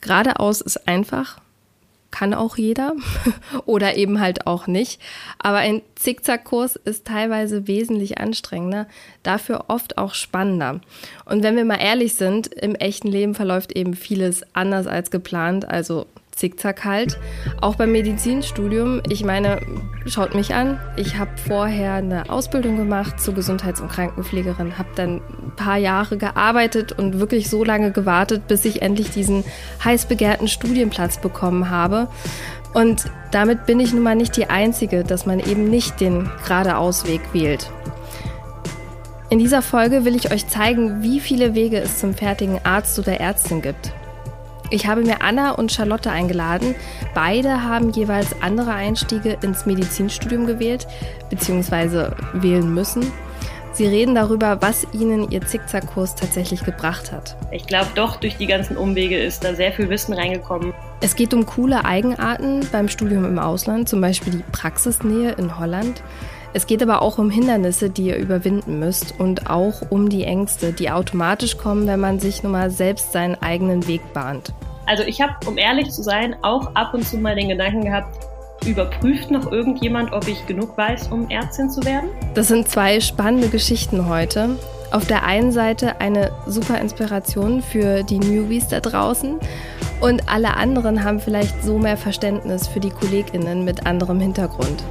Geradeaus ist einfach, kann auch jeder oder eben halt auch nicht. Aber ein Zickzackkurs ist teilweise wesentlich anstrengender, dafür oft auch spannender. Und wenn wir mal ehrlich sind, im echten Leben verläuft eben vieles anders als geplant, also Zickzack halt. Auch beim Medizinstudium, ich meine, schaut mich an, ich habe vorher eine Ausbildung gemacht zur Gesundheits- und Krankenpflegerin, habe dann ein paar Jahre gearbeitet und wirklich so lange gewartet, bis ich endlich diesen heiß begehrten Studienplatz bekommen habe. Und damit bin ich nun mal nicht die Einzige, dass man eben nicht den geradeaus-Weg wählt. In dieser Folge will ich euch zeigen, wie viele Wege es zum fertigen Arzt oder Ärztin gibt. Ich habe mir Anna und Charlotte eingeladen. Beide haben jeweils andere Einstiege ins Medizinstudium gewählt bzw. wählen müssen. Sie reden darüber, was ihnen ihr Zickzackkurs tatsächlich gebracht hat. Ich glaube doch, durch die ganzen Umwege ist da sehr viel Wissen reingekommen. Es geht um coole Eigenarten beim Studium im Ausland, zum Beispiel die Praxisnähe in Holland. Es geht aber auch um Hindernisse, die ihr überwinden müsst und auch um die Ängste, die automatisch kommen, wenn man sich nun mal selbst seinen eigenen Weg bahnt. Also ich habe, um ehrlich zu sein, auch ab und zu mal den Gedanken gehabt, überprüft noch irgendjemand, ob ich genug weiß, um Ärztin zu werden? Das sind zwei spannende Geschichten heute. Auf der einen Seite eine super Inspiration für die Newbies da draußen und alle anderen haben vielleicht so mehr Verständnis für die KollegInnen mit anderem Hintergrund.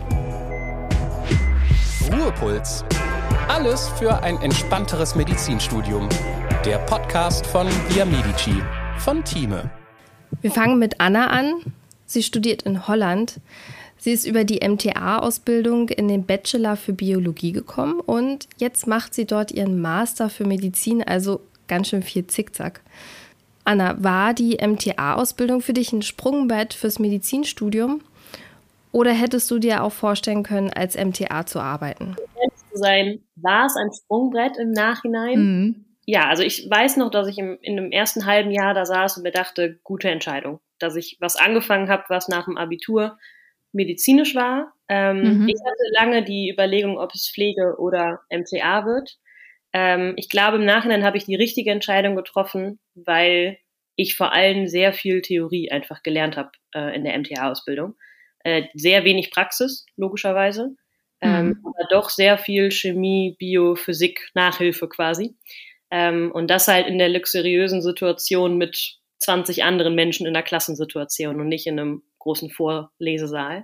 Ruhepuls. Alles für ein entspannteres Medizinstudium. Der Podcast von Via Medici von Thieme. Wir fangen mit Anna an. Sie studiert in Holland. Sie ist über die MTA-Ausbildung in den Bachelor für Biologie gekommen und jetzt macht sie dort ihren Master für Medizin, also ganz schön viel Zickzack. Anna, war die MTA-Ausbildung für dich ein Sprungbrett fürs Medizinstudium? Oder hättest du dir auch vorstellen können, als MTA zu arbeiten? Ehrlich zu sein, war es ein Sprungbrett im Nachhinein? Ja, also ich weiß noch, dass ich in dem ersten halben Jahr da saß und mir dachte, gute Entscheidung, dass ich was angefangen habe, was nach dem Abitur medizinisch war. Ich hatte lange die Überlegung, ob es Pflege oder MTA wird. Ich glaube, im Nachhinein habe ich die richtige Entscheidung getroffen, weil ich vor allem sehr viel Theorie einfach gelernt habe in der MTA-Ausbildung. Sehr wenig Praxis, logischerweise, aber doch sehr viel Chemie, Bio, Physik, Nachhilfe quasi. Und das halt in der luxuriösen Situation mit 20 anderen Menschen in der Klassensituation und nicht in einem großen Vorlesesaal.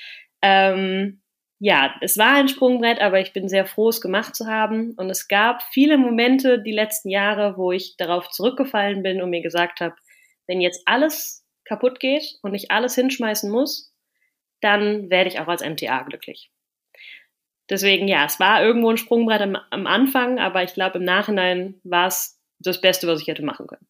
Ja, es war ein Sprungbrett, aber ich bin sehr froh, es gemacht zu haben. Und es gab viele Momente die letzten Jahre, wo ich darauf zurückgefallen bin und mir gesagt habe, wenn jetzt alles kaputt geht und ich alles hinschmeißen muss, dann werde ich auch als MTA glücklich. Deswegen, ja, es war irgendwo ein Sprungbrett am Anfang, aber ich glaube, im Nachhinein war es das Beste, was ich hätte machen können.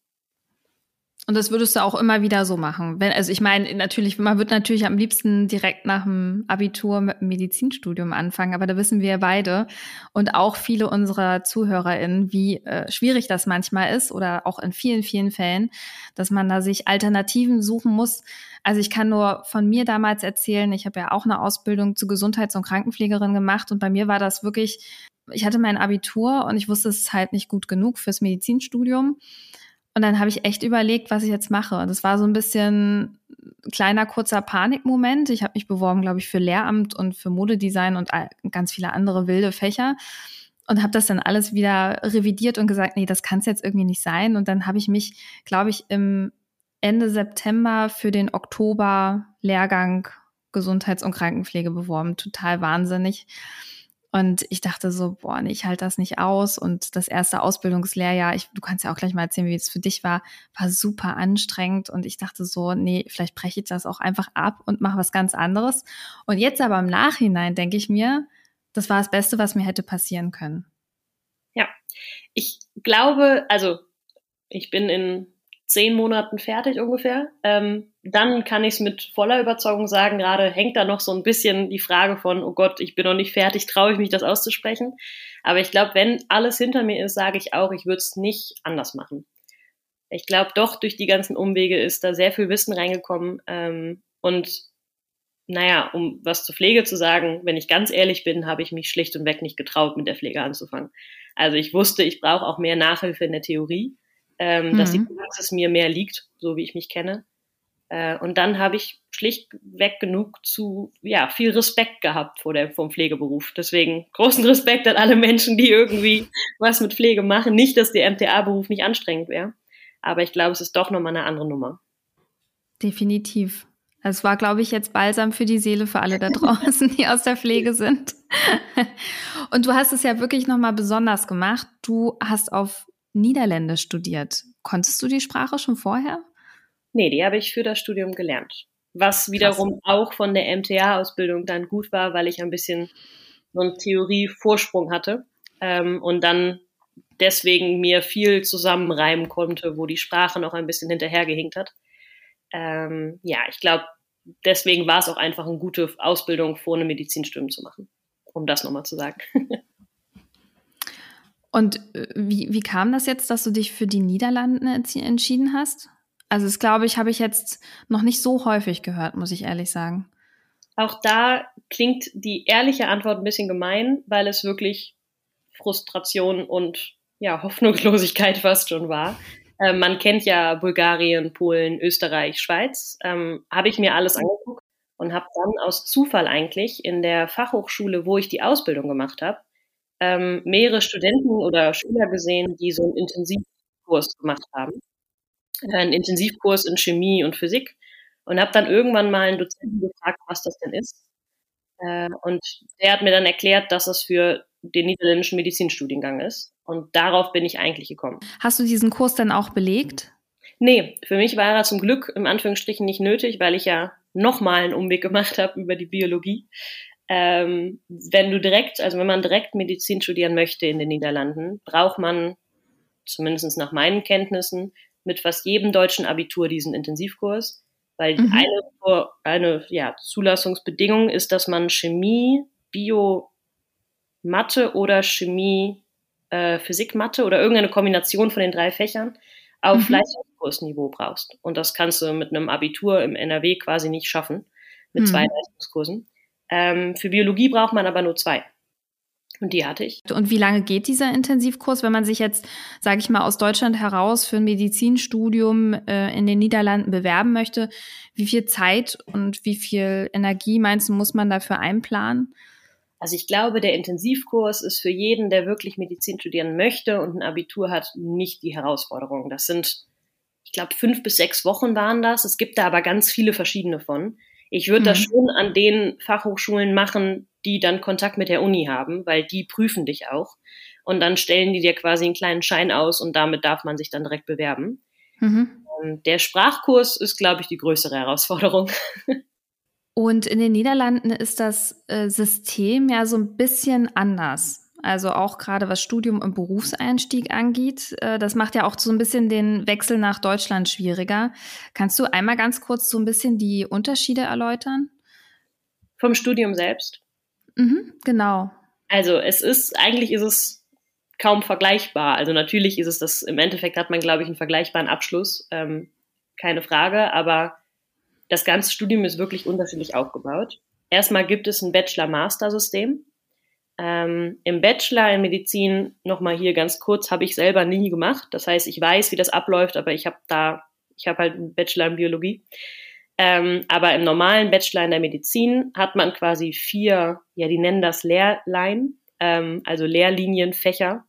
Und das würdest du auch immer wieder so machen? Also ich meine, natürlich, man wird natürlich am liebsten direkt nach dem Abitur mit dem Medizinstudium anfangen, aber da wissen wir ja beide und auch viele unserer ZuhörerInnen, wie schwierig das manchmal ist oder auch in vielen, vielen Fällen, dass man da sich Alternativen suchen muss. Also ich kann nur von mir damals erzählen, ich habe ja auch eine Ausbildung zur Gesundheits- und Krankenpflegerin gemacht und bei mir war das wirklich, ich hatte mein Abitur und ich wusste, es ist halt nicht gut genug fürs Medizinstudium. Und dann habe ich echt überlegt, was ich jetzt mache. Das war so ein bisschen kleiner, kurzer Panikmoment. Ich habe mich beworben, glaube ich, für Lehramt und für Modedesign und ganz viele andere wilde Fächer und habe das dann alles wieder revidiert und gesagt, nee, das kann es jetzt irgendwie nicht sein. Und dann habe ich mich, glaube ich, im Ende September für den Oktober-Lehrgang Gesundheits- und Krankenpflege beworben. Total wahnsinnig. Und ich dachte so, boah, nee, ich halte das nicht aus. Und das erste Ausbildungslehrjahr, du kannst ja auch gleich mal erzählen, wie es für dich war super anstrengend. Und ich dachte so, nee, vielleicht breche ich das auch einfach ab und mache was ganz anderes. Und jetzt aber im Nachhinein denke ich mir, das war das Beste, was mir hätte passieren können. Ja, ich glaube, also ich bin in 10 Monaten fertig ungefähr. Dann kann ich es mit voller Überzeugung sagen, gerade hängt da noch so ein bisschen die Frage von, oh Gott, ich bin noch nicht fertig, traue ich mich das auszusprechen? Aber ich glaube, wenn alles hinter mir ist, sage ich auch, ich würde es nicht anders machen. Ich glaube doch, durch die ganzen Umwege ist da sehr viel Wissen reingekommen. Und naja, um was zur Pflege zu sagen, wenn ich ganz ehrlich bin, habe ich mich schlicht und weg nicht getraut, mit der Pflege anzufangen. Also ich wusste, ich brauche auch mehr Nachhilfe in der Theorie. dass die Praxis mir mehr liegt, so wie ich mich kenne. Und dann habe ich schlichtweg genug viel Respekt gehabt vom Pflegeberuf. Deswegen großen Respekt an alle Menschen, die irgendwie was mit Pflege machen. Nicht, dass der MTA-Beruf nicht anstrengend wäre, aber ich glaube, es ist doch nochmal eine andere Nummer. Definitiv. Es war, glaube ich, jetzt Balsam für die Seele für alle da draußen, die aus der Pflege sind. Und du hast es ja wirklich nochmal besonders gemacht. Du hast auf Niederländisch studiert. Konntest du die Sprache schon vorher? Nee, die habe ich für das Studium gelernt. Was wiederum auch von der MTA-Ausbildung dann gut war, weil ich ein bisschen so einen Theorievorsprung hatte und dann deswegen mir viel zusammenreimen konnte, wo die Sprache noch ein bisschen hinterhergehinkt hat. Ich glaube, deswegen war es auch einfach eine gute Ausbildung, vor einem Medizinstudium zu machen, um das nochmal zu sagen. Und wie kam das jetzt, dass du dich für die Niederlande entschieden hast? Also das, glaube ich, habe ich jetzt noch nicht so häufig gehört, muss ich ehrlich sagen. Auch da klingt die ehrliche Antwort ein bisschen gemein, weil es wirklich Frustration und Hoffnungslosigkeit fast schon war. Man kennt ja Bulgarien, Polen, Österreich, Schweiz. Habe ich mir alles angeguckt und habe dann aus Zufall eigentlich in der Fachhochschule, wo ich die Ausbildung gemacht habe, mehrere Studenten oder Schüler gesehen, die so einen Intensivkurs gemacht haben. Einen Intensivkurs in Chemie und Physik und habe dann irgendwann mal einen Dozenten gefragt, was das denn ist. Und der hat mir dann erklärt, dass es für den niederländischen Medizinstudiengang ist. Und darauf bin ich eigentlich gekommen. Hast du diesen Kurs dann auch belegt? Nee, für mich war er zum Glück im Anführungsstrichen nicht nötig, weil ich ja nochmal einen Umweg gemacht habe über die Biologie. Wenn man direkt Medizin studieren möchte in den Niederlanden, braucht man, zumindest nach meinen Kenntnissen, mit fast jedem deutschen Abitur diesen Intensivkurs, weil eine Zulassungsbedingung ist, dass man Chemie, Bio, Mathe oder Chemie, Physik, Mathe oder irgendeine Kombination von den 3 Fächern auf Leistungskursniveau brauchst. Und das kannst du mit einem Abitur im NRW quasi nicht schaffen, mit 2 Leistungskursen. Für Biologie braucht man aber nur 2. Und die hatte ich. Und wie lange geht dieser Intensivkurs, wenn man sich jetzt, sage ich mal, aus Deutschland heraus für ein Medizinstudium in den Niederlanden bewerben möchte? Wie viel Zeit und wie viel Energie, meinst du, muss man dafür einplanen? Also ich glaube, der Intensivkurs ist für jeden, der wirklich Medizin studieren möchte und ein Abitur hat, nicht die Herausforderung. Das sind, ich glaube, 5 bis 6 Wochen waren das. Es gibt da aber ganz viele verschiedene von. Ich würde das schon an den Fachhochschulen machen, die dann Kontakt mit der Uni haben, weil die prüfen dich auch. Und dann stellen die dir quasi einen kleinen Schein aus und damit darf man sich dann direkt bewerben. Der Sprachkurs ist, glaube ich, die größere Herausforderung. Und in den Niederlanden ist das System ja so ein bisschen anders. Also auch gerade was Studium und Berufseinstieg angeht. Das macht ja auch so ein bisschen den Wechsel nach Deutschland schwieriger. Kannst du einmal ganz kurz so ein bisschen die Unterschiede erläutern? Vom Studium selbst? Genau. Also eigentlich ist es kaum vergleichbar. Also natürlich ist es das, im Endeffekt hat man, glaube ich, einen vergleichbaren Abschluss. Keine Frage, aber das ganze Studium ist wirklich unterschiedlich aufgebaut. Erstmal gibt es ein Bachelor-Master-System. Im Bachelor in Medizin, nochmal hier ganz kurz, habe ich selber nie gemacht. Das heißt, ich weiß, wie das abläuft, aber ich habe halt einen Bachelor in Biologie. Aber im normalen Bachelor in der Medizin hat man quasi 4, die nennen das Lehrlein, also Lehrlinienfächer.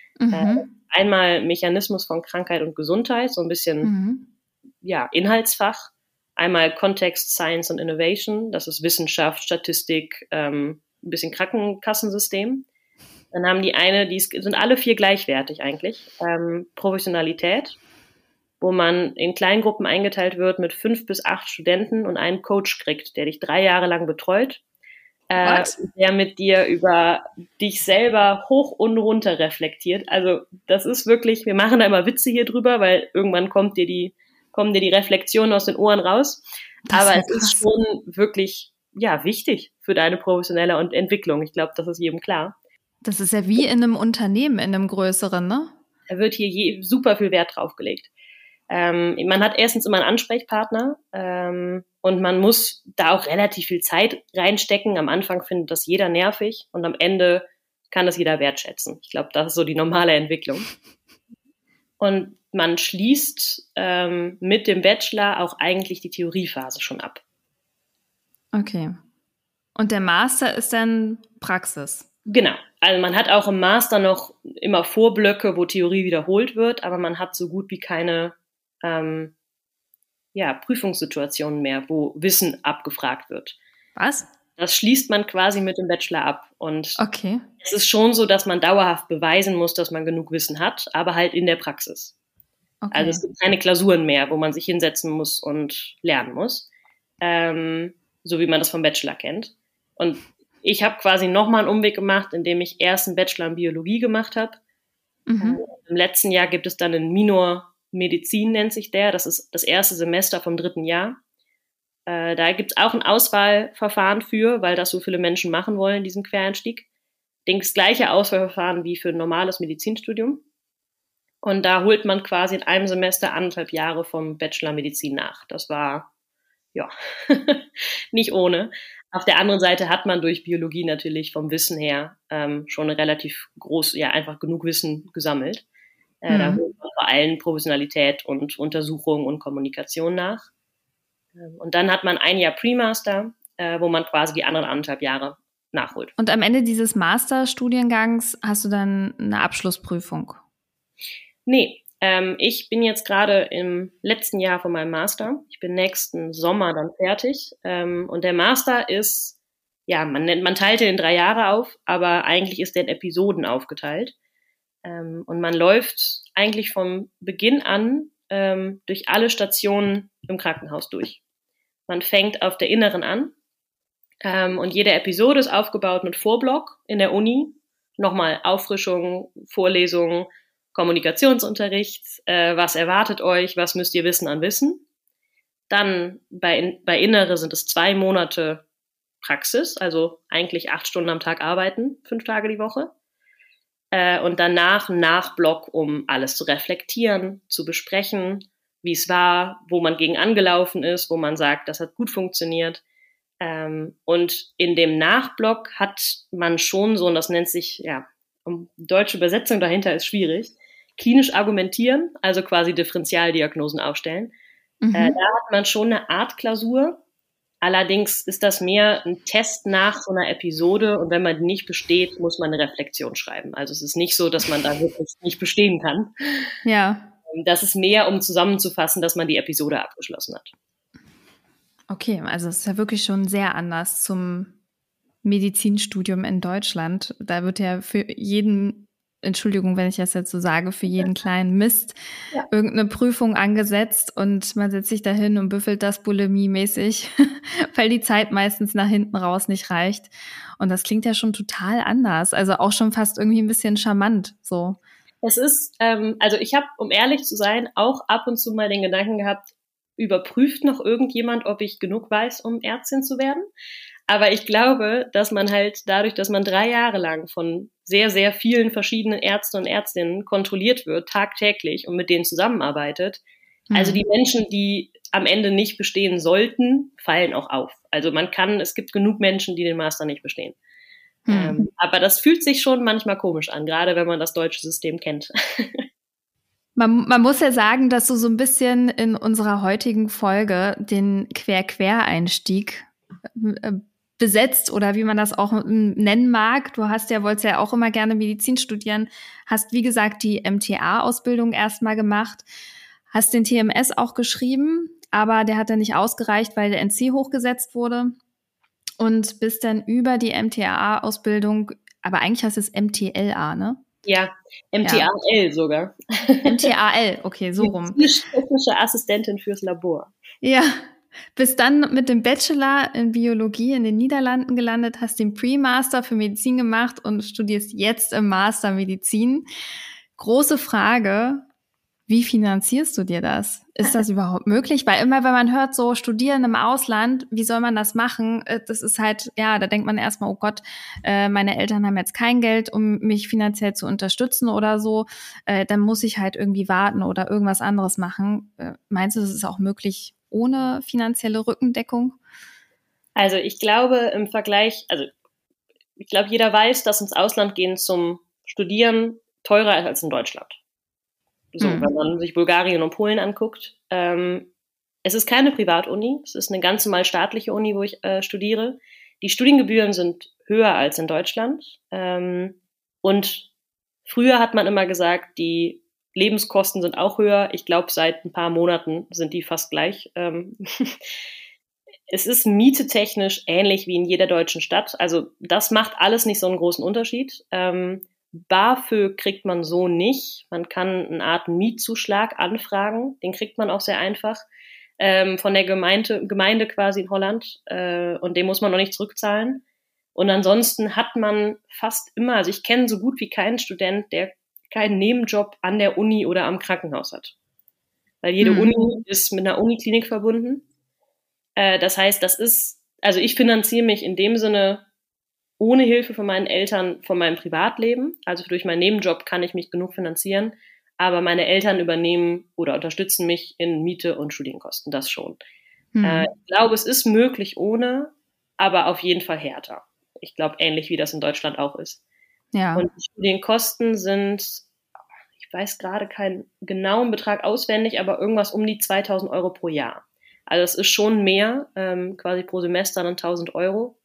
Einmal Mechanismus von Krankheit und Gesundheit, so ein bisschen Inhaltsfach. Einmal Kontext, Science und Innovation, das ist Wissenschaft, Statistik, ein bisschen Krankenkassensystem. Dann haben die sind alle 4 gleichwertig eigentlich. Professionalität, wo man in Kleingruppen eingeteilt wird mit 5 bis 8 Studenten und einen Coach kriegt, der dich 3 Jahre lang betreut, der mit dir über dich selber hoch und runter reflektiert. Also das ist wirklich, wir machen da immer Witze hier drüber, weil irgendwann kommen dir die Reflexionen aus den Ohren raus. Aber es ist schon wirklich wichtig für deine professionelle Entwicklung. Ich glaube, das ist jedem klar. Das ist ja wie in einem Unternehmen, in einem größeren, ne? Da wird hier super viel Wert drauf gelegt. Man hat erstens immer einen Ansprechpartner und man muss da auch relativ viel Zeit reinstecken. Am Anfang findet das jeder nervig und am Ende kann das jeder wertschätzen. Ich glaube, das ist so die normale Entwicklung. Und man schließt mit dem Bachelor auch eigentlich die Theoriephase schon ab. Okay. Und der Master ist dann Praxis? Genau. Also man hat auch im Master noch immer Vorblöcke, wo Theorie wiederholt wird, aber man hat so gut wie keine Prüfungssituationen mehr, wo Wissen abgefragt wird. Was? Das schließt man quasi mit dem Bachelor ab. Und okay. Es ist schon so, dass man dauerhaft beweisen muss, dass man genug Wissen hat, aber halt in der Praxis. Okay. Also es gibt keine Klausuren mehr, wo man sich hinsetzen muss und lernen muss, so wie man das vom Bachelor kennt. Und ich habe quasi nochmal einen Umweg gemacht, indem ich erst einen Bachelor in Biologie gemacht habe. Mhm. Im letzten Jahr gibt es dann einen Minor Medizin, nennt sich der. Das ist das erste Semester vom 3. Jahr. Da gibt es auch ein Auswahlverfahren für, weil das so viele Menschen machen wollen, diesen Quereinstieg. Das gleiche Auswahlverfahren wie für ein normales Medizinstudium. Und da holt man quasi in einem Semester 1,5 Jahre vom Bachelor Medizin nach. Das war, nicht ohne. Auf der anderen Seite hat man durch Biologie natürlich vom Wissen her schon eine relativ einfach genug Wissen gesammelt. Da holt man vor allem Professionalität und Untersuchung und Kommunikation nach. Und dann hat man 1 Jahr Pre-Master, wo man quasi die anderen 1,5 Jahre nachholt. Und am Ende dieses Masterstudiengangs hast du dann eine Abschlussprüfung? Nee, ich bin jetzt gerade im letzten Jahr von meinem Master. Ich bin nächsten Sommer dann fertig. Und der Master ist, man teilt den in 3 Jahre auf, aber eigentlich ist der in Episoden aufgeteilt. Und man läuft eigentlich vom Beginn an durch alle Stationen im Krankenhaus durch. Man fängt auf der Inneren an und jede Episode ist aufgebaut mit Vorblock in der Uni. Nochmal Auffrischung, Vorlesungen, Kommunikationsunterricht, was erwartet euch, was müsst ihr wissen an Wissen. Dann bei Innere sind es 2 Monate Praxis, also eigentlich 8 Stunden am Tag arbeiten, 5 Tage die Woche. Und danach ein Nachblock, um alles zu reflektieren, zu besprechen, wie es war, wo man gegen angelaufen ist, wo man sagt, das hat gut funktioniert. Und in dem Nachblock hat man schon so, und das nennt sich, deutsche Übersetzung dahinter ist schwierig, klinisch argumentieren, also quasi Differentialdiagnosen aufstellen. Da hat man schon eine Art Klausur. Allerdings ist das mehr ein Test nach so einer Episode und wenn man die nicht besteht, muss man eine Reflexion schreiben. Also es ist nicht so, dass man da wirklich nicht bestehen kann. Ja. Das ist mehr, um zusammenzufassen, dass man die Episode abgeschlossen hat. Okay, also es ist ja wirklich schon sehr anders zum Medizinstudium in Deutschland. Da wird ja für jeden, Entschuldigung, wenn ich das jetzt so sage, für jeden kleinen Mist irgendeine Prüfung angesetzt und man setzt sich da hin und büffelt das bulimiemäßig, weil die Zeit meistens nach hinten raus nicht reicht. Und das klingt ja schon total anders, also auch schon fast irgendwie ein bisschen charmant so. Es ist, also ich habe, um ehrlich zu sein, auch ab und zu mal den Gedanken gehabt, überprüft noch irgendjemand, ob ich genug weiß, um Ärztin zu werden? Aber ich glaube, dass man halt dadurch, dass man 3 Jahre lang von sehr, sehr vielen verschiedenen Ärzten und Ärztinnen kontrolliert wird, tagtäglich und mit denen zusammenarbeitet, also die Menschen, die am Ende nicht bestehen sollten, fallen auch auf. Also es gibt genug Menschen, die den Master nicht bestehen. Aber das fühlt sich schon manchmal komisch an, gerade wenn man das deutsche System kennt. Man muss ja sagen, dass du so ein bisschen in unserer heutigen Folge den Quer-Einstieg besetzt oder wie man das auch nennen mag. Du wolltest ja auch immer gerne Medizin studieren, hast wie gesagt die MTA-Ausbildung erstmal gemacht, hast den TMS auch geschrieben, aber der hat dann nicht ausgereicht, weil der NC hochgesetzt wurde und bist dann über die MTA-Ausbildung, aber eigentlich heißt es MTLA, ne? Ja, MTAL sogar. MTAL, okay, so rum. Technische Assistentin fürs Labor. Ja, bist dann mit dem Bachelor in Biologie in den Niederlanden gelandet, hast den Pre-Master für Medizin gemacht und studierst jetzt im Master Medizin. Große Frage, wie finanzierst du dir das? Ist das überhaupt möglich? Weil immer, wenn man hört, so studieren im Ausland, wie soll man das machen? Das ist halt, da denkt man erstmal, oh Gott, meine Eltern haben jetzt kein Geld, um mich finanziell zu unterstützen oder so. Dann muss ich halt irgendwie warten oder irgendwas anderes machen. Meinst du, das ist auch möglich ohne finanzielle Rückendeckung? Also ich glaube im Vergleich, ich glaube, jeder weiß, dass ins Ausland gehen zum Studieren teurer ist als in Deutschland. So, wenn man sich Bulgarien und Polen anguckt. Es ist keine Privatuni, es ist eine ganz normal staatliche Uni, wo ich studiere. Die Studiengebühren sind höher als in Deutschland. Und früher hat man immer gesagt, die Lebenskosten sind auch höher. Ich glaube, seit ein paar Monaten sind die fast gleich. Es ist mietetechnisch ähnlich wie in jeder deutschen Stadt. Also das macht alles nicht so einen großen Unterschied. BAföG kriegt man so nicht. Man kann eine Art Mietzuschlag anfragen. Den kriegt man auch sehr einfach von der Gemeinde quasi in Holland. Und den muss man noch nicht zurückzahlen. Und ansonsten hat man fast immer, also ich kenne so gut wie keinen Student, der keinen Nebenjob an der Uni oder am Krankenhaus hat. Weil jede Uni ist mit einer Uniklinik verbunden. Das heißt, also ich finanziere mich in dem Sinne ohne Hilfe von meinen Eltern von meinem Privatleben. Also durch meinen Nebenjob kann ich mich genug finanzieren. Aber meine Eltern übernehmen oder unterstützen mich in Miete und Studienkosten. Das schon. Ich glaube, es ist möglich ohne, aber auf jeden Fall härter. Ich glaube, ähnlich wie das in Deutschland auch ist. Ja. Und die Studienkosten sind, ich weiß gerade keinen genauen Betrag auswendig, aber irgendwas um die 2.000 Euro pro Jahr. Also es ist schon mehr, quasi pro Semester dann 1.000 Euro.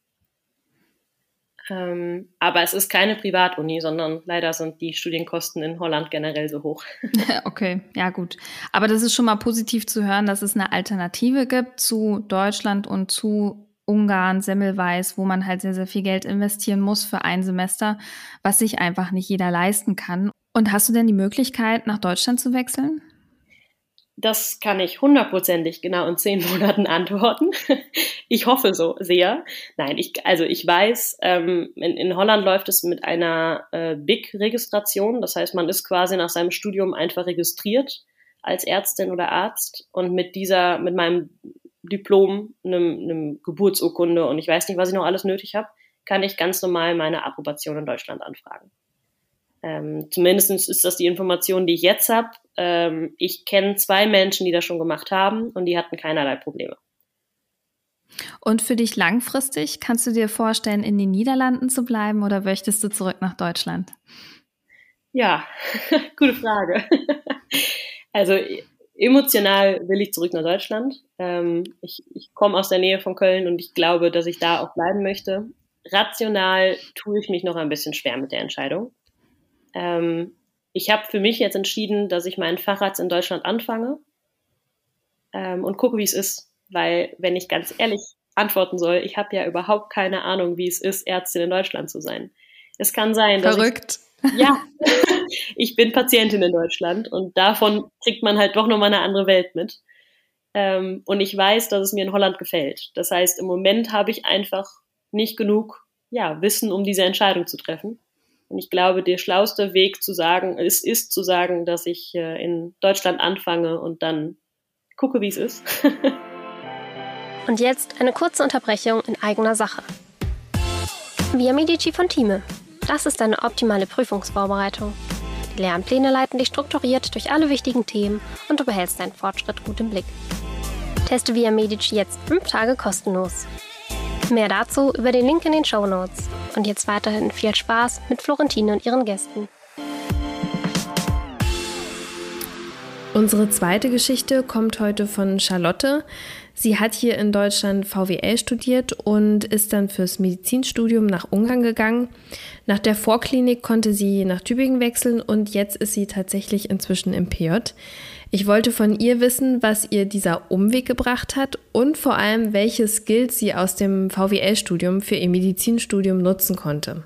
Aber es ist keine Privatuni, sondern leider sind die Studienkosten in Holland generell so hoch. Okay, ja gut. Aber das ist schon mal positiv zu hören, dass es eine Alternative gibt zu Deutschland und zu Ungarn, Semmelweis, wo man halt sehr, sehr viel Geld investieren muss für ein Semester, was sich einfach nicht jeder leisten kann. Und hast du denn die Möglichkeit, nach Deutschland zu wechseln? Das kann ich 100%ig genau in 10 Monaten antworten. Ich hoffe so sehr. Nein, ich weiß, in Holland läuft es mit einer BIC-Registration. Das heißt, man ist quasi nach seinem Studium einfach registriert als Ärztin oder Arzt und mit meinem Diplom, einem Geburtsurkunde und ich weiß nicht, was ich noch alles nötig habe, kann ich ganz normal meine Approbation in Deutschland anfragen. Zumindest ist das die Information, die ich jetzt habe. Ich kenne 2 Menschen, die das schon gemacht haben und die hatten keinerlei Probleme. Und für dich langfristig, kannst du dir vorstellen, in den Niederlanden zu bleiben oder möchtest du zurück nach Deutschland? Ja, gute Frage. Also emotional will ich zurück nach Deutschland. Ich komme aus der Nähe von Köln und ich glaube, dass ich da auch bleiben möchte. Rational tue ich mich noch ein bisschen schwer mit der Entscheidung. Ich habe für mich jetzt entschieden, dass ich meinen Facharzt in Deutschland anfange und gucke, wie es ist. Weil, wenn ich ganz ehrlich antworten soll, ich habe ja überhaupt keine Ahnung, wie es ist, Ärztin in Deutschland zu sein. Es kann sein, dass ich bin Patientin in Deutschland und davon kriegt man halt doch nochmal eine andere Welt mit. Und ich weiß, dass es mir in Holland gefällt. Das heißt, im Moment habe ich einfach nicht genug Wissen, um diese Entscheidung zu treffen. Und ich glaube, der schlauste Weg zu sagen, ist zu sagen, dass ich in Deutschland anfange und dann gucke, wie es ist. Und jetzt eine kurze Unterbrechung in eigener Sache. Via Medici von Thieme. Das ist eine optimale Prüfungsvorbereitung. Die Lernpläne leiten dich strukturiert durch alle wichtigen Themen und du behältst deinen Fortschritt gut im Blick. Teste Via Medici jetzt 5 Tage kostenlos. Mehr dazu über den Link in den Shownotes. Und jetzt weiterhin viel Spaß mit Florentine und ihren Gästen. Unsere zweite Geschichte kommt heute von Charlotte. Sie hat hier in Deutschland VWL studiert und ist dann fürs Medizinstudium nach Ungarn gegangen. Nach der Vorklinik konnte sie nach Tübingen wechseln und jetzt ist sie tatsächlich inzwischen im PJ. Ich wollte von ihr wissen, was ihr dieser Umweg gebracht hat und vor allem, welche Skills sie aus dem VWL-Studium für ihr Medizinstudium nutzen konnte.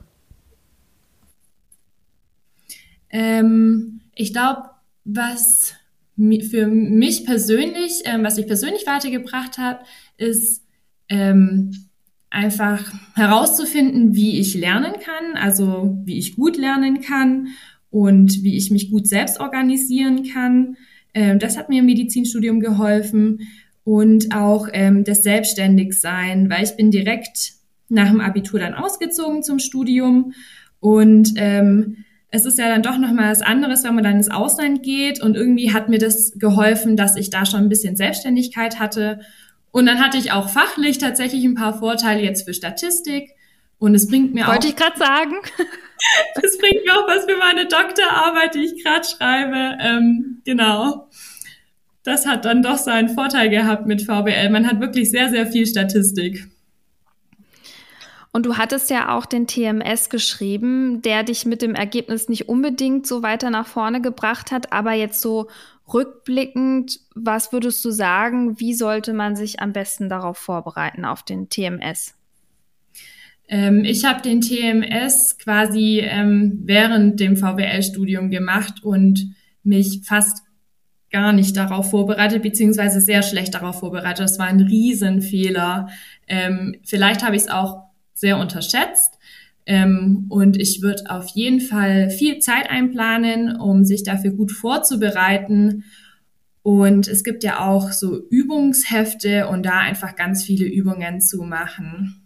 Ich glaube, was für mich persönlich, was mich persönlich weitergebracht hat, ist einfach herauszufinden, wie ich lernen kann, also wie ich gut lernen kann und wie ich mich gut selbst organisieren kann. Das hat mir im Medizinstudium geholfen und auch das Selbstständigsein, weil ich bin direkt nach dem Abitur dann ausgezogen zum Studium und es ist ja dann doch nochmal was anderes, wenn man dann ins Ausland geht und irgendwie hat mir das geholfen, dass ich da schon ein bisschen Selbstständigkeit hatte und dann hatte ich auch fachlich tatsächlich ein paar Vorteile jetzt für Statistik und es bringt mir Wollte ich gerade sagen. Das bringt mir auch was für meine Doktorarbeit, die ich gerade schreibe. Genau. Das hat dann doch seinen Vorteil gehabt mit VWL. Man hat wirklich sehr, sehr viel Statistik. Und du hattest ja auch den TMS geschrieben, der dich mit dem Ergebnis nicht unbedingt so weiter nach vorne gebracht hat, aber jetzt so rückblickend, was würdest du sagen, wie sollte man sich am besten darauf vorbereiten, auf den TMS? Ich habe den TMS quasi während dem VWL-Studium gemacht und mich fast gar nicht darauf vorbereitet, beziehungsweise sehr schlecht darauf vorbereitet. Das war ein Riesenfehler. Vielleicht habe ich es auch sehr unterschätzt. Und ich würde auf jeden Fall viel Zeit einplanen, um sich dafür gut vorzubereiten. Und es gibt ja auch so Übungshefte und da einfach ganz viele Übungen zu machen.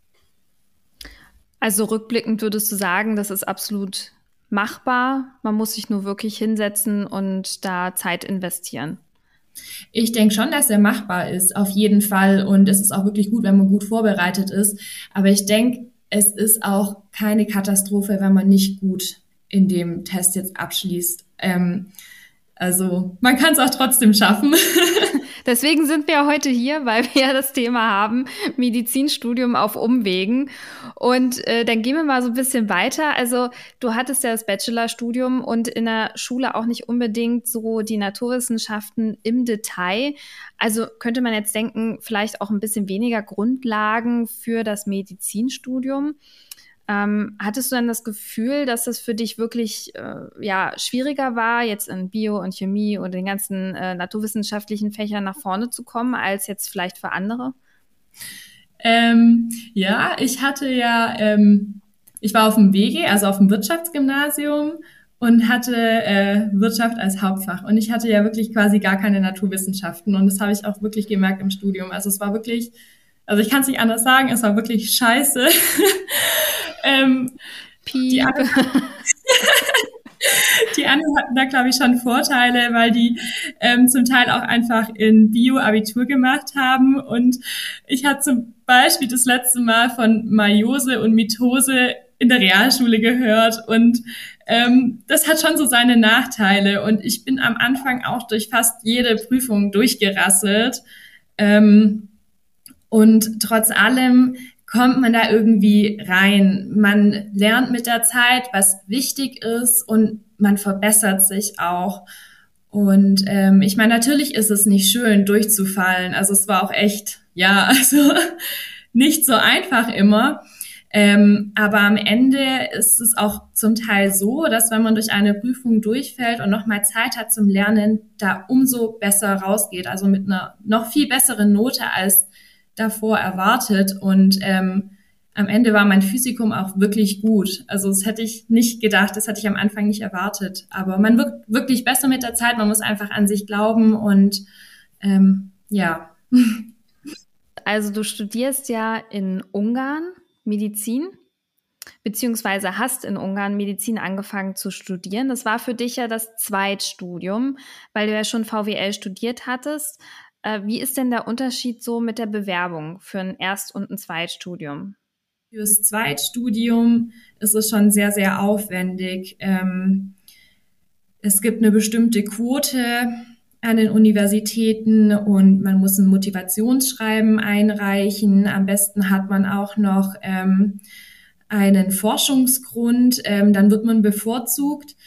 Also rückblickend würdest du sagen, das ist absolut machbar. Man muss sich nur wirklich hinsetzen und da Zeit investieren. Ich denke schon, dass er machbar ist, auf jeden Fall. Und es ist auch wirklich gut, wenn man gut vorbereitet ist. Aber ich denke, es ist auch keine Katastrophe, wenn man nicht gut in dem Test jetzt abschließt. Also man kann es auch trotzdem schaffen. Deswegen sind wir heute hier, weil wir ja das Thema haben, Medizinstudium auf Umwegen. Und dann gehen wir mal so ein bisschen weiter. Also du hattest ja das Bachelorstudium und in der Schule auch nicht unbedingt so die Naturwissenschaften im Detail. Also könnte man jetzt denken, vielleicht auch ein bisschen weniger Grundlagen für das Medizinstudium. Hattest du dann das Gefühl, dass es für dich wirklich schwieriger war, jetzt in Bio und Chemie oder den ganzen naturwissenschaftlichen Fächern nach vorne zu kommen, als jetzt vielleicht für andere? Ja, ich war auf dem WG, also auf dem Wirtschaftsgymnasium und hatte Wirtschaft als Hauptfach. Und ich hatte ja wirklich quasi gar keine Naturwissenschaften. Und das habe ich auch wirklich gemerkt im Studium. Also es war wirklich, also ich kann es nicht anders sagen, es war wirklich scheiße. Die anderen hatten da, glaube ich, schon Vorteile, weil die zum Teil auch einfach in Bio Abitur gemacht haben. Und ich hatte zum Beispiel das letzte Mal von Meiose und Mitose in der Realschule gehört. Und das hat schon so seine Nachteile. Und ich bin am Anfang auch durch fast jede Prüfung durchgerasselt. Und trotz allem kommt man da irgendwie rein. Man lernt mit der Zeit, was wichtig ist und man verbessert sich auch. Und ich meine, natürlich ist es nicht schön, durchzufallen. Also es war auch echt, nicht so einfach immer. Aber am Ende ist es auch zum Teil so, dass wenn man durch eine Prüfung durchfällt und nochmal Zeit hat zum Lernen, da umso besser rausgeht. Also mit einer noch viel besseren Note als davor erwartet und am Ende war mein Physikum auch wirklich gut. Also das hätte ich nicht gedacht, das hätte ich am Anfang nicht erwartet. Aber man wird wirklich besser mit der Zeit, man muss einfach an sich glauben und ja. Also du studierst ja in Ungarn Medizin, beziehungsweise hast in Ungarn Medizin angefangen zu studieren. Das war für dich ja das Zweitstudium, weil du ja schon VWL studiert hattest. Wie ist denn der Unterschied so mit der Bewerbung für ein Erst- und ein Zweitstudium? Fürs Zweitstudium ist es schon sehr, sehr aufwendig. Es gibt eine bestimmte Quote an den Universitäten und man muss ein Motivationsschreiben einreichen. Am besten hat man auch noch einen Forschungsgrund, dann wird man bevorzugt.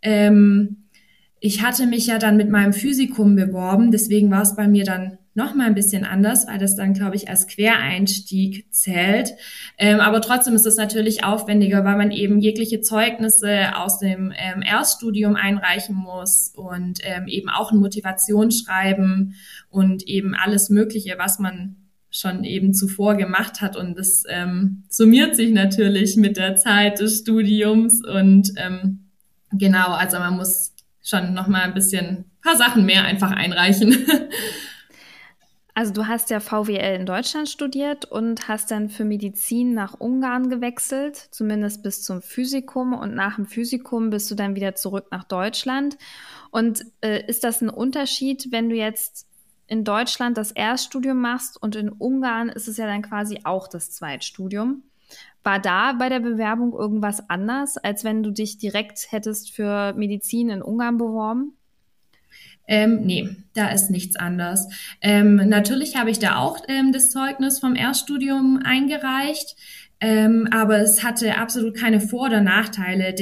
Ich hatte mich ja dann mit meinem Physikum beworben, deswegen war es bei mir dann noch mal ein bisschen anders, weil das dann, glaube ich, als Quereinstieg zählt. Aber trotzdem ist es natürlich aufwendiger, weil man eben jegliche Zeugnisse aus dem Erststudium einreichen muss und eben auch ein Motivationsschreiben und eben alles Mögliche, was man schon eben zuvor gemacht hat. Und das summiert sich natürlich mit der Zeit des Studiums. Und genau, also man muss schon noch mal ein paar Sachen mehr einfach einreichen. Also du hast ja VWL in Deutschland studiert und hast dann für Medizin nach Ungarn gewechselt, zumindest bis zum Physikum. Und nach dem Physikum bist du dann wieder zurück nach Deutschland. Und ist das ein Unterschied, wenn du jetzt in Deutschland das Erststudium machst und in Ungarn ist es ja dann quasi auch das Zweitstudium? War da bei der Bewerbung irgendwas anders, als wenn du dich direkt hättest für Medizin in Ungarn beworben? Nee, da ist nichts anders. Natürlich habe ich da auch das Zeugnis vom Erststudium eingereicht, aber es hatte absolut keine Vor- oder Nachteile.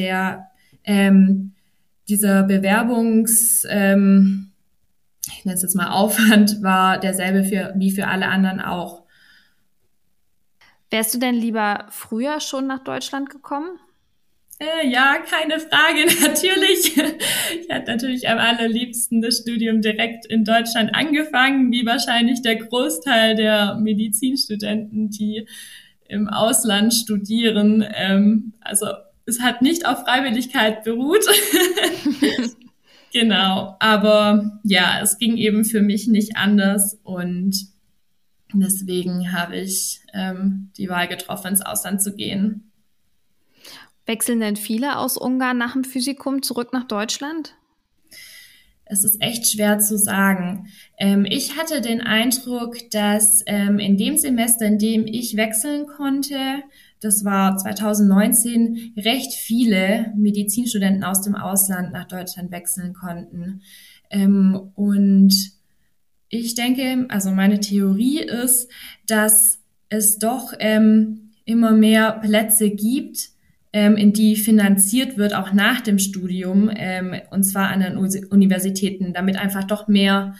Dieser ich nenne es jetzt mal Aufwand, war derselbe wie für alle anderen auch. Wärst du denn lieber früher schon nach Deutschland gekommen? Ja, keine Frage, natürlich. Ich hatte natürlich am allerliebsten das Studium direkt in Deutschland angefangen, wie wahrscheinlich der Großteil der Medizinstudenten, die im Ausland studieren. Also es hat nicht auf Freiwilligkeit beruht. Genau, aber ja, es ging eben für mich nicht anders und deswegen habe ich die Wahl getroffen, ins Ausland zu gehen. Wechseln denn viele aus Ungarn nach dem Physikum zurück nach Deutschland? Es ist echt schwer zu sagen. Ich hatte den Eindruck, dass in dem Semester, in dem ich wechseln konnte, das war 2019, recht viele Medizinstudenten aus dem Ausland nach Deutschland wechseln konnten. Und ich denke, also meine Theorie ist, dass es doch immer mehr Plätze gibt, in die finanziert wird, auch nach dem Studium, und zwar an den Universitäten, damit einfach doch mehr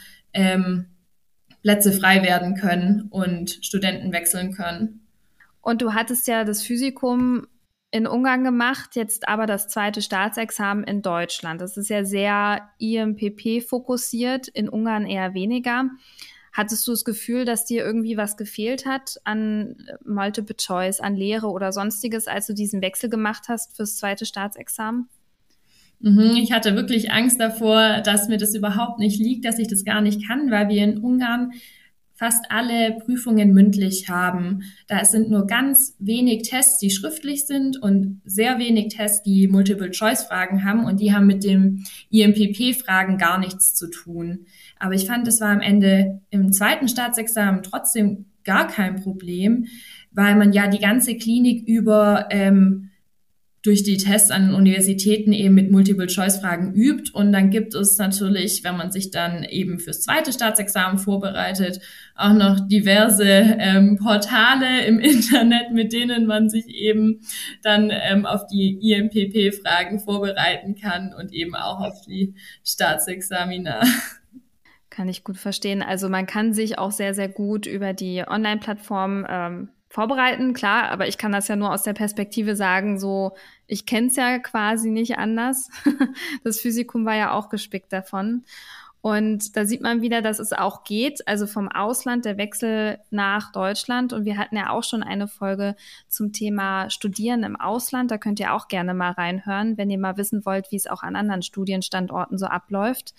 Plätze frei werden können und Studenten wechseln können. Und du hattest ja das Physikum in Ungarn gemacht, jetzt aber das zweite Staatsexamen in Deutschland. Das ist ja sehr IMPP fokussiert, in Ungarn eher weniger. Hattest du das Gefühl, dass dir irgendwie was gefehlt hat an Multiple Choice, an Lehre oder Sonstiges, als du diesen Wechsel gemacht hast fürs zweite Staatsexamen? Ich hatte wirklich Angst davor, dass mir das überhaupt nicht liegt, dass ich das gar nicht kann, weil wir in Ungarn fast alle Prüfungen mündlich haben. Da sind nur ganz wenig Tests, die schriftlich sind und sehr wenig Tests, die Multiple-Choice-Fragen haben und die haben mit dem IMPP-Fragen gar nichts zu tun. Aber ich fand, das war am Ende im zweiten Staatsexamen trotzdem gar kein Problem, weil man ja die ganze Klinik über durch die Tests an den Universitäten eben mit Multiple-Choice-Fragen übt. Und dann gibt es natürlich, wenn man sich dann eben fürs zweite Staatsexamen vorbereitet, auch noch diverse Portale im Internet, mit denen man sich eben dann auf die IMPP-Fragen vorbereiten kann und eben auch auf die Staatsexamina. Kann ich gut verstehen. Also man kann sich auch sehr, sehr gut über die Online-Plattform vorbereiten, klar, aber ich kann das ja nur aus der Perspektive sagen, so, ich kenne es ja quasi nicht anders. Das Physikum war ja auch gespickt davon. Und da sieht man wieder, dass es auch geht, also vom Ausland der Wechsel nach Deutschland. Und wir hatten ja auch schon eine Folge zum Thema Studieren im Ausland. Da könnt ihr auch gerne mal reinhören, wenn ihr mal wissen wollt, wie es auch an anderen Studienstandorten so abläuft.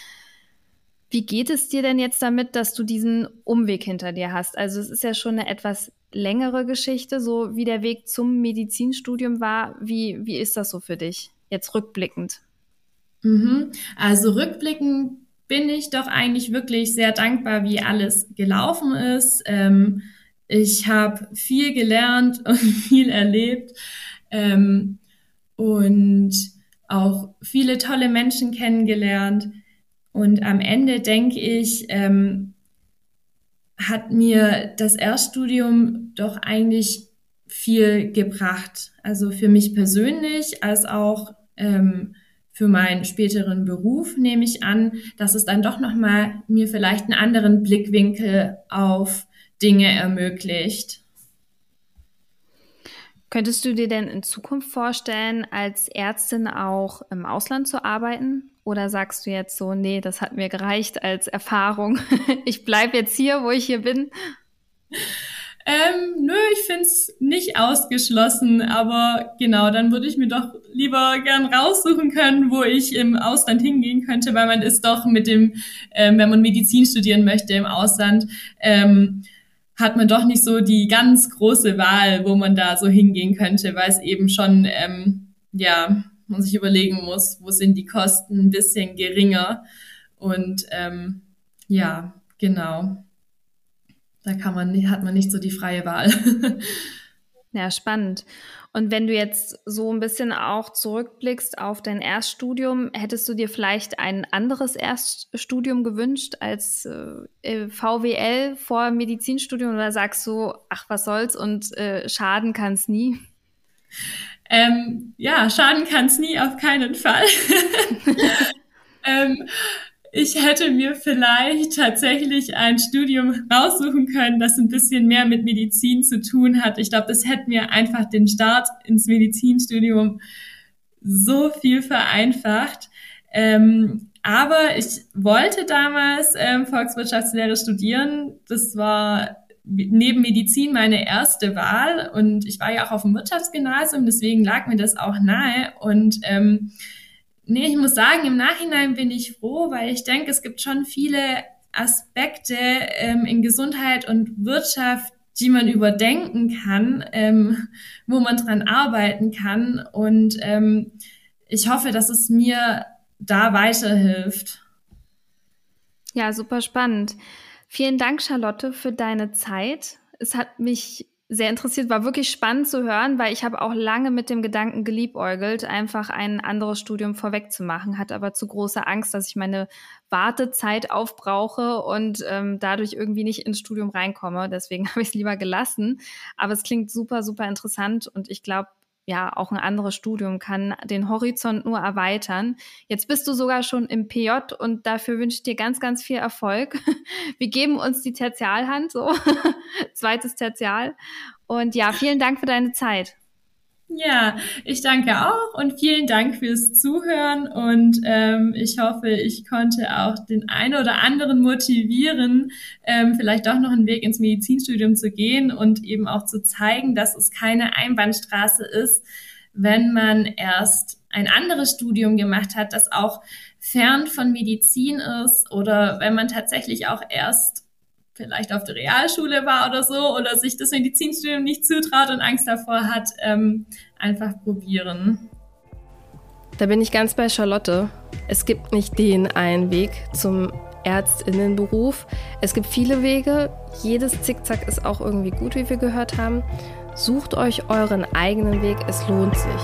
Wie geht es dir denn jetzt damit, dass du diesen Umweg hinter dir hast? Also es ist ja schon eine etwas längere Geschichte, so wie der Weg zum Medizinstudium war. Wie ist das so für dich, jetzt rückblickend? Also rückblickend bin ich doch eigentlich wirklich sehr dankbar, wie alles gelaufen ist. Ich habe viel gelernt und viel erlebt und auch viele tolle Menschen kennengelernt. Und am Ende denke ich, hat mir das Erststudium doch eigentlich viel gebracht. Also für mich persönlich als auch für meinen späteren Beruf nehme ich an, dass es dann doch nochmal mir vielleicht einen anderen Blickwinkel auf Dinge ermöglicht. Könntest du dir denn in Zukunft vorstellen, als Ärztin auch im Ausland zu arbeiten? Oder sagst du jetzt so, nee, das hat mir gereicht als Erfahrung. Ich bleibe jetzt hier, wo ich hier bin? Nö, ich finde es nicht ausgeschlossen, aber genau, dann würde ich mir doch lieber gern raussuchen können, wo ich im Ausland hingehen könnte, weil man ist doch mit dem, wenn man Medizin studieren möchte im Ausland, hat man doch nicht so die ganz große Wahl, wo man da so hingehen könnte, weil es eben schon, man sich überlegen muss, wo sind die Kosten ein bisschen geringer und genau. Da hat man nicht so die freie Wahl. Ja, spannend. Und wenn du jetzt so ein bisschen auch zurückblickst auf dein Erststudium, hättest du dir vielleicht ein anderes Erststudium gewünscht als VWL vor Medizinstudium, oder sagst du, ach, was soll's und schaden kann's nie? Ja, schaden kann's nie, auf keinen Fall. Ich hätte mir vielleicht tatsächlich ein Studium raussuchen können, das ein bisschen mehr mit Medizin zu tun hat. Ich glaube, das hätte mir einfach den Start ins Medizinstudium so viel vereinfacht. Aber ich wollte damals Volkswirtschaftslehre studieren. Das war neben Medizin meine erste Wahl. Und ich war ja auch auf dem Wirtschaftsgymnasium, deswegen lag mir das auch nahe. Und nee, ich muss sagen, im Nachhinein bin ich froh, weil ich denke, es gibt schon viele Aspekte in Gesundheit und Wirtschaft, die man überdenken kann, wo man dran arbeiten kann. Und ich hoffe, dass es mir da weiterhilft. Ja, super spannend. Vielen Dank, Charlotte, für deine Zeit. Es hat mich sehr interessiert, war wirklich spannend zu hören, weil ich habe auch lange mit dem Gedanken geliebäugelt, einfach ein anderes Studium vorwegzumachen, hatte aber zu große Angst, dass ich meine Wartezeit aufbrauche und dadurch irgendwie nicht ins Studium reinkomme. Deswegen habe ich es lieber gelassen. Aber es klingt super, super interessant und ich glaube, ja, auch ein anderes Studium kann den Horizont nur erweitern. Jetzt bist du sogar schon im PJ und dafür wünsche ich dir ganz, ganz viel Erfolg. Wir geben uns die Tertialhand, so zweites Tertial. Und ja, vielen Dank für deine Zeit. Ja, ich danke auch und vielen Dank fürs Zuhören und ich hoffe, ich konnte auch den einen oder anderen motivieren, vielleicht doch noch einen Weg ins Medizinstudium zu gehen und eben auch zu zeigen, dass es keine Einbahnstraße ist, wenn man erst ein anderes Studium gemacht hat, das auch fern von Medizin ist oder wenn man tatsächlich auch erst vielleicht auf der Realschule war oder so oder sich das Medizinstudium nicht zutraut und Angst davor hat, einfach probieren. Da bin ich ganz bei Charlotte. Es gibt nicht den einen Weg zum ÄrztInnenberuf. Es gibt viele Wege. Jedes Zickzack ist auch irgendwie gut, wie wir gehört haben. Sucht euch euren eigenen Weg. Es lohnt sich.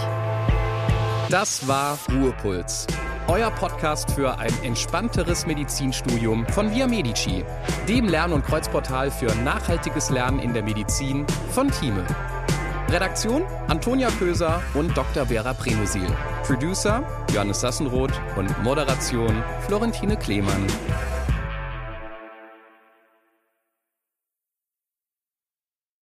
Das war Ruhepuls. Euer Podcast für ein entspannteres Medizinstudium von Via Medici, dem Lern- und Kreuzportal für nachhaltiges Lernen in der Medizin von Thieme. Redaktion Antonia Köser und Dr. Vera Prenosil. Producer Johannes Sassenroth und Moderation Florentine Klemann.